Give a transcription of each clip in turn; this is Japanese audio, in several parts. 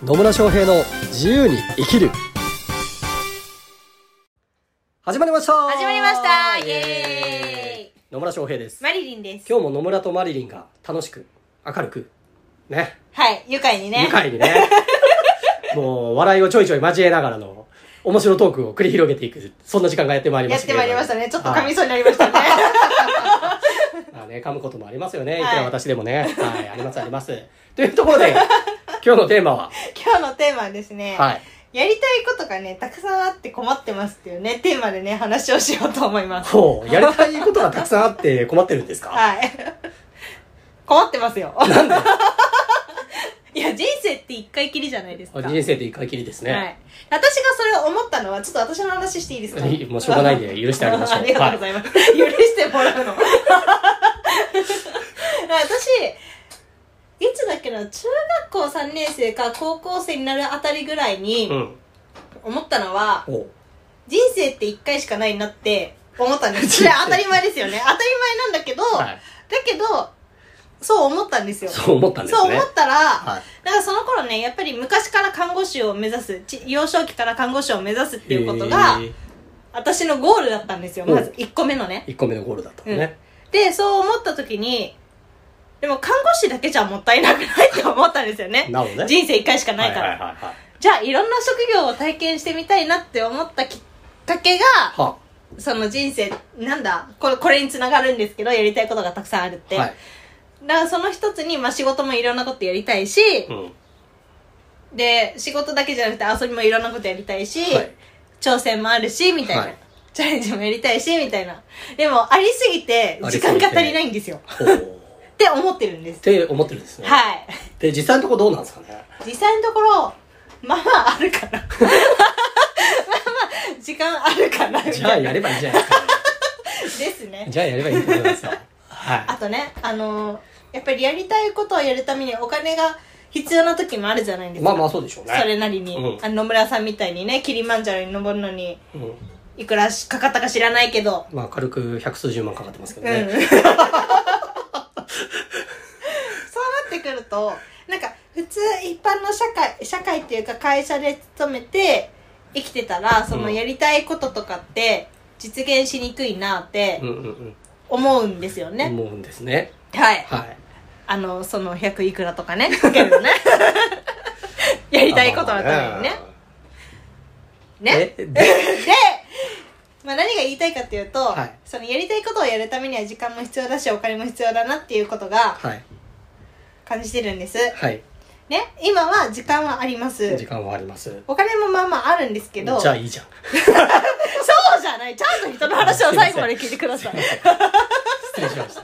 野村翔平の自由に生きる。始まりましたイエーイ。 野村翔平です。 マリリンです。 今日も野村とマリリンが楽しく明るくね、 はい、愉快にねもう笑いをちょいちょい交えながらの面白トークを繰り広げていく、そんな時間がやってまいりました。 ね。ちょっと噛みそうになりましたね。 まあね、噛むこともありますよね。いくら私でもね。はい、あります。というところで、今日のテーマはですね、 はい。 やりたいことがね、たくさんあって困ってますっていうね、テーマでね、話をしようと思います。 ほう、やりたいことがたくさんあって困ってるんですか？ はい。困ってますよ。 なんで？ いや、人生って一回きりじゃないですか。 人生って一回きりですね。 はい。私がそれを思ったのは、ちょっと私の話していいですか？ もうしょうがないんで許してあげましょう。 ありがとうございます。はい、許してもらうの。私、いつだっけな、中学校3年生か高校生になるあたりぐらいに思ったのは、人生って一回しかないなって思ったんです。それ当たり前ですよね。当たり前なんだけど、 はい、 だけど、そう思ったんですよ。 そう思ったんですね。 そう思ったら、 はい、 だからその頃ね、やっぱり昔から看護師を目指す、幼少期から看護師を目指すっていうことが、私のゴールだったんですよ。まず1個目のね。 1個目のゴールだったのね。 で、そう思った時に、でも看護師だけじゃもったいなくないって思ったんですよね。 なるほどね。 人生1回しかないから。じゃあいろんな職業を体験してみたいなって思ったきっかけが、その人生、なんだ、これにつながるんですけど、やりたいことがたくさんあるって。だからその一つに、まあ仕事もいろんなことやりたいし、で、仕事だけじゃなくて遊びもいろんなことやりたいし、挑戦もあるし、みたいな。チャレンジもやりたいし、みたいな。でも、ありすぎて、時間が足りないんですよ。って思ってるんです。 って思ってるんですね。 はい。 で、実際のところどうなんですかね？ 実際のところ、まあまああるかな。まあまあ、時間あるかな。 じゃあやればいいじゃないですか。 ですね。 じゃあやればいいと思いますよ。はい。 あとね、やっぱりやりたいことをやるためにお金が必要な時もあるじゃないですか。 まあまあそうでしょうね。 それなりに。野村さんみたいにね、キリマンジャロに登るのに、いくらかかったか知らないけど。 まあ軽く百数十万かかってますけどね。そうなってくると、なんか普通一般の社会っていうか会社で勤めて生きてたら、そのやりたいこととかって実現しにくいなって思うんですよね。 思うんですね。 はい。 はい。 その100いくらとかね、かけるね。やりたいことのためにね。ね。で、まあ何が言いたいかっていうと、そのやりたいことをやるためには時間も必要だし、お金も必要だなっていうことが感じてるんです。はい。ね、今は時間はあります。 時間はあります。 お金もまあまああるんですけど。 じゃあいいじゃん。 そうじゃない。ちゃんと人の話を最後まで聞いてください。 失礼しました。 だ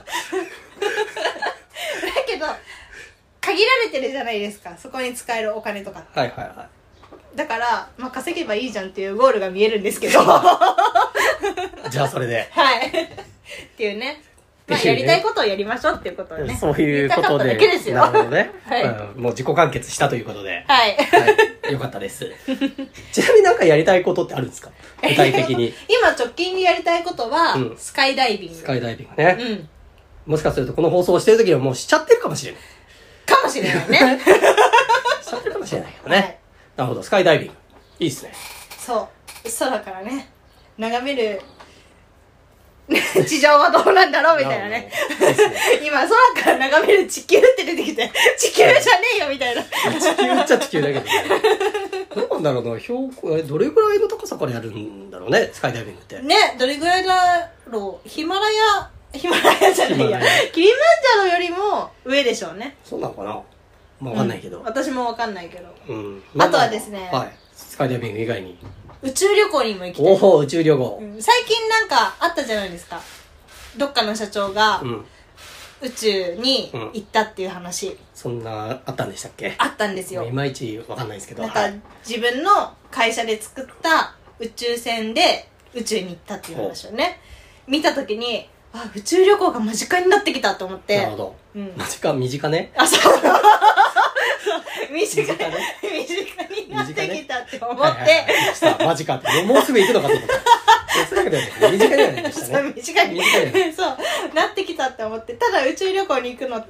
けど、限られてるじゃないですか。そこに使えるお金とか。だから、まあ稼げばいいじゃんっていうゴールが見えるんですけど。 じゃあそれで。 はい。っていうね。まあやりたいことをやりましょうっていうことをね。 そういうことで。 だけですよ。 なるほどね。 はい。 もう自己完結したということで。 はい。 よかったです。ちなみになんかやりたいことってあるんですか？具体的に。 今直近でやりたいことは、スカイダイビング。 スカイダイビングね。もしかするとこの放送をしてる時はもうしちゃってるかもしれない。 かもしれないね。 しちゃってるかもしれないけどね。なるほど、スカイダイビング。いいっすね。 そう。空からね、眺める、地上はどうなんだろうみたいなね。今、空から眺める地球って出てきて、地球じゃねえよみたいな。 地球っちゃ地球だけどね。どうなんだろうな、標高、どれぐらいの高さからやるんだろうね、スカイダイビングって。 ね、どれぐらいだろう。ヒマラヤじゃないや。キリマンジャロよりも上でしょうね。 そうなのかな？まあ、わかんないけど。 私もわかんないけど。あとはですね。 はい。スカイダイビング以外に。 宇宙旅行にも行きたい。 おお、宇宙旅行。 最近なんかあったじゃないですか。どっかの社長が宇宙に行ったっていう話。 そんな、あったんでしたっけ？ あったんですよ。 いまいちわかんないですけど。 なんか自分の会社で作った宇宙船で宇宙に行ったっていう話をね、見たときに、あ、宇宙旅行が間近になってきたと思って。 なるほど。身近ね。 あ、そう。身近になってきたって思って。 マジかって。もうすぐ行くのかと思った。そういうわけではない。身近にはないでしたね。 短い。そう。なってきたって思って。ただ宇宙旅行に行くのって、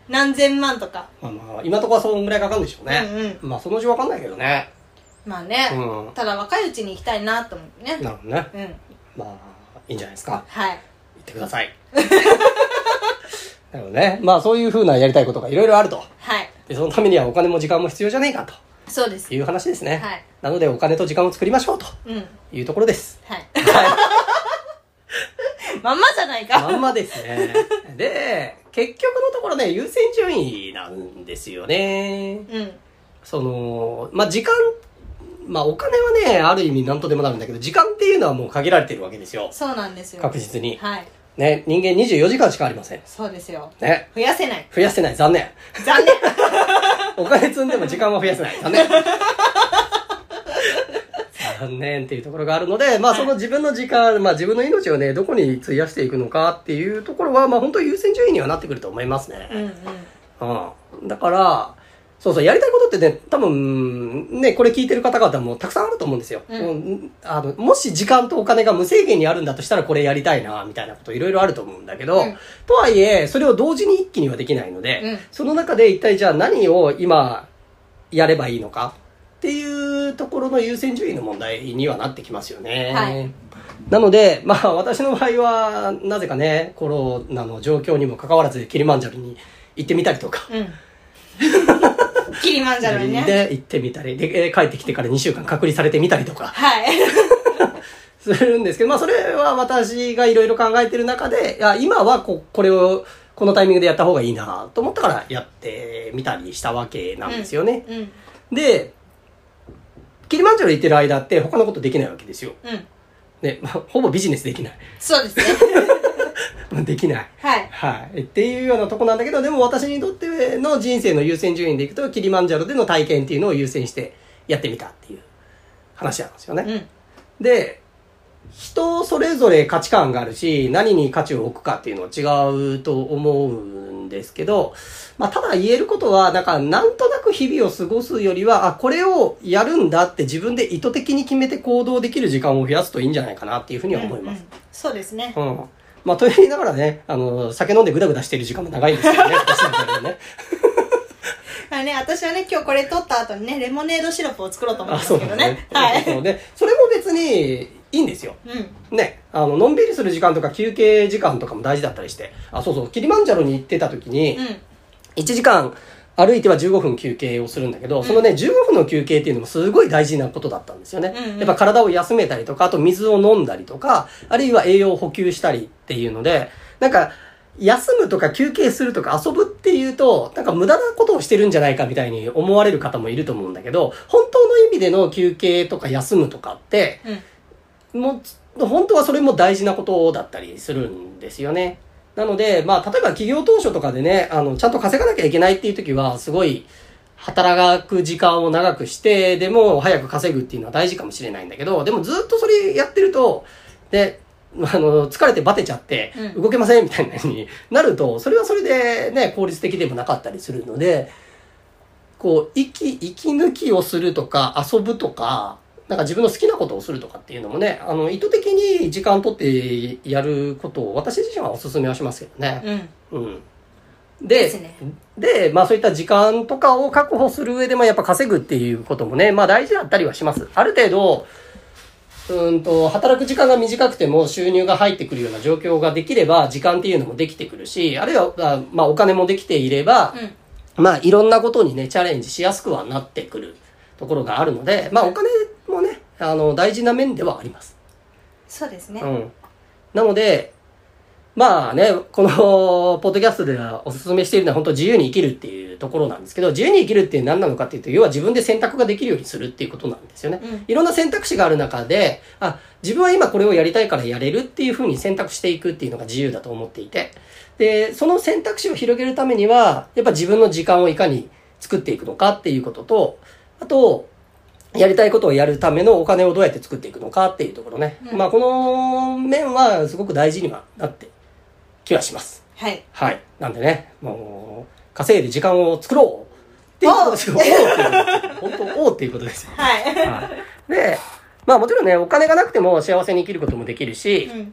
何千万とか。 まあ、今のところはそのぐらいかかるんでしょうね。まあ、そのうちわかんないけどね。 まあね。ただ若いうちに行きたいなと思ってね。 なるほどね。まあ、いいんじゃないですか。 はい。 行ってください。なるほどね。まあ、そういうふうなやりたいことがいろいろあると。 はい。 で、そのためにはお金も時間も必要じゃねえかと。 そうです。 いう話ですね。 はい。 なので、お金と時間を作りましょうと。いうところです。 はい。まんまじゃないか。 まんまですね。で、結局のところね、優先順位なんですよね。まあ、時間、まあ、お金はね、ある意味なんとでもなるんだけど、時間っていうのはもう限られてるわけですよ。 そうなんですよ。 確実に。 はい。 ね、人間24時間しかありません。 そうですよ。 ね。 増やせない。 増やせない。残念。 残念。 お金積んでも時間は増やせない。残念。残念っていうところがあるので、まあその自分の時間、まあ自分の命をね、どこに費やしていくのかっていうところは、まあ本当に優先順位にはなってくると思いますね。だから、そうそう、やりたいことってね、多分、ね、これ聞いてる方々もたくさんあると思うんですよ。もし時間とお金が無制限にあるんだとしたらこれやりたいな、みたいなこといろいろあると思うんだけど、とはいえ、それを同時に一気にはできないので、その中で一体じゃあ何を今やればいいのかっていうところの優先順位の問題にはなってきますよね。はい。なので、まあ私の場合は、なぜかね、コロナの状況にもかかわらずキリマンジャロに行ってみたりとか、 キリマンジャロにね。 で、行ってみたり、で、帰ってきてから2週間隔離されてみたりとか。 はい。 するんですけど、まあそれは私がいろいろ考えてる中で、いや、今はこれを、このタイミングでやった方がいいなと思ったからやってみたりしたわけなんですよね。で、キリマンジャロ行ってる間って他のことできないわけですよ。ね、まあ、ほぼビジネスできない。 そうですね。 できない。 はい。 はい。っていうようなとこなんだけど、でも私にとっての人生の優先順位でいくと、キリマンジャロでの体験っていうのを優先してやってみたっていう話なんですよね。で、人それぞれ価値観があるし、何に価値を置くかっていうのは違うと思うんですけど、まあ、ただ言えることは、なんとなく日々を過ごすよりは、これをやるんだって自分で意図的に決めて行動できる時間を増やすといいんじゃないかなっていうふうには思います。 そうですね。 まあ、と言いながらね、酒飲んでグダグダしてる時間も長いんですけどね、私の場合はね。 私はね、今日これ撮った後にね、レモネードシロップを作ろうと思うんですけどね。はい。 で、それも別にいいんですよ。ね、のんびりする時間とか休憩時間とかも大事だったりして。そうそう、キリマンジャロに行ってた時に、1時間歩いては15分休憩をするんだけど、そのね、15分の休憩っていうのもすごい大事なことだったんですよね。やっぱ体を休めたりとか、あと水を飲んだりとか、あるいは栄養を補給したりっていうので、休むとか休憩するとか遊ぶっていうと、無駄なことをしてるんじゃないかみたいに思われる方もいると思うんだけど、本当の意味での休憩とか休むとかって、もう、本当はそれも大事なことだったりするんですよね。なので、まあ、例えば企業当初とかでね、ちゃんと稼がなきゃいけないっていう時は、すごい、働く時間を長くして、でも早く稼ぐっていうのは大事かもしれないんだけど、でもずっとそれやってると、で、疲れてバテちゃって、動けませんみたいなになると、それはそれでね、効率的でもなかったりするので、息抜きをするとか、遊ぶとか、自分の好きなことをするとかっていうのもね、意図的に時間を取ってやることを私自身はお勧めはしますけどね。で、まあそういった時間とかを確保する上でもやっぱ稼ぐっていうこともね、まあ大事だったりはします。ある程度、働く時間が短くても収入が入ってくるような状況ができれば、時間っていうのもできてくるし、あるいは、まあお金もできていれば、まあいろんなことにね、チャレンジしやすくはなってくるところがあるので、まあお金もね、大事な面ではあります。 そうですね。 なので、まあね、この、ポッドキャストではお勧めしているのは本当自由に生きるっていうところなんですけど、自由に生きるって何なのかっていうと、要は自分で選択ができるようにするっていうことなんですよね。いろんな選択肢がある中で、自分は今これをやりたいからやれるっていうふうに選択していくっていうのが自由だと思っていて、で、その選択肢を広げるためには、やっぱ自分の時間をいかに作っていくのかっていうことと、あと、やりたいことをやるためのお金をどうやって作っていくのかっていうところね。まあこの面はすごく大事にはなって気はします。 はい。 はい。なんでね、もう、稼いで時間を作ろうっていうことですよ。本当、っていうことですよ。 はい。 で、まあもちろんね、お金がなくても幸せに生きることもできるし、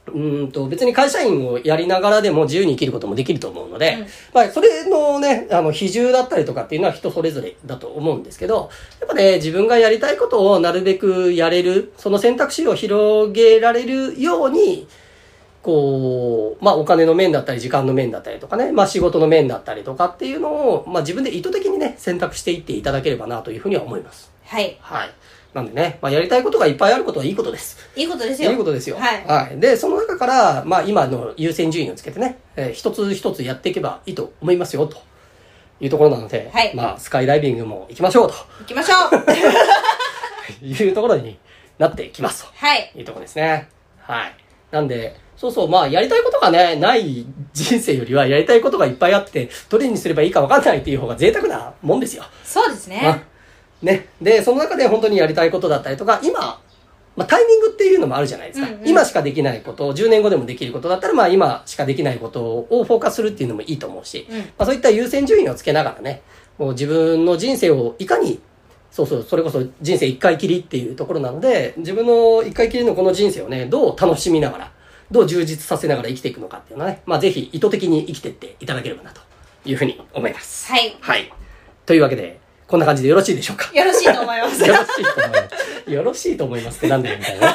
別に会社員をやりながらでも自由に生きることもできると思うので、まあ、それのね、比重だったりとかっていうのは人それぞれだと思うんですけど、やっぱね、自分がやりたいことをなるべくやれる、その選択肢を広げられるように、こう、まあ、お金の面だったり、時間の面だったりとかね、まあ、仕事の面だったりとかっていうのを、まあ、自分で意図的にね、選択していっていただければなというふうには思います。 はい。 はい。なんでね、まあ、やりたいことがいっぱいあることはいいことです。 いいことですよ。 いいことですよ。 はい。 はい。で、その中から、まあ、今の優先順位をつけてね、一つ一つやっていけばいいと思いますよ、というところなので、 はい。 まあ、スカイダイビングも行きましょうと。 行きましょういうところになってきますと。 はい。 いうところですね。はい。なんで、そうそう、まあ、やりたいことがね、ない人生よりは、やりたいことがいっぱいあって、どれにすればいいか分かんないっていう方が贅沢なもんですよ。 そうですね。 ね。で、その中で本当にやりたいことだったりとか、今、まあ、タイミングっていうのもあるじゃないですか。今しかできないこと、10年後でもできることだったら、まあ、今しかできないことをフォーカスするっていうのもいいと思うし、まあ、そういった優先順位をつけながらね、もう自分の人生をいかに、それこそ人生一回きりっていうところなので、自分の一回きりのこの人生をね、どう楽しみながら、どう充実させながら生きていくのかっていうのはね、まあ、ぜひ意図的に生きていっていただければなというふうに思います。 はい。 はい。というわけで、こんな感じでよろしいでしょうか。 よろしいと思います。 よろしいと思います。よろしいと思いますってなんだよみたいな、はい。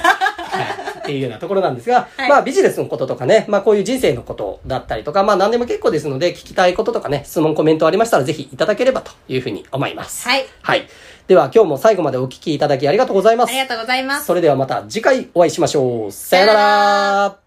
っていうようなところなんですが、はい、まあビジネスのこととかね、まあこういう人生のことだったりとか、まあ何でも結構ですので、聞きたいこととかね、質問コメントありましたらぜひいただければというふうに思います。 はい。 はい。では今日も最後までお聞きいただきありがとうございます。 ありがとうございます。 それではまた次回お会いしましょう。さよなら。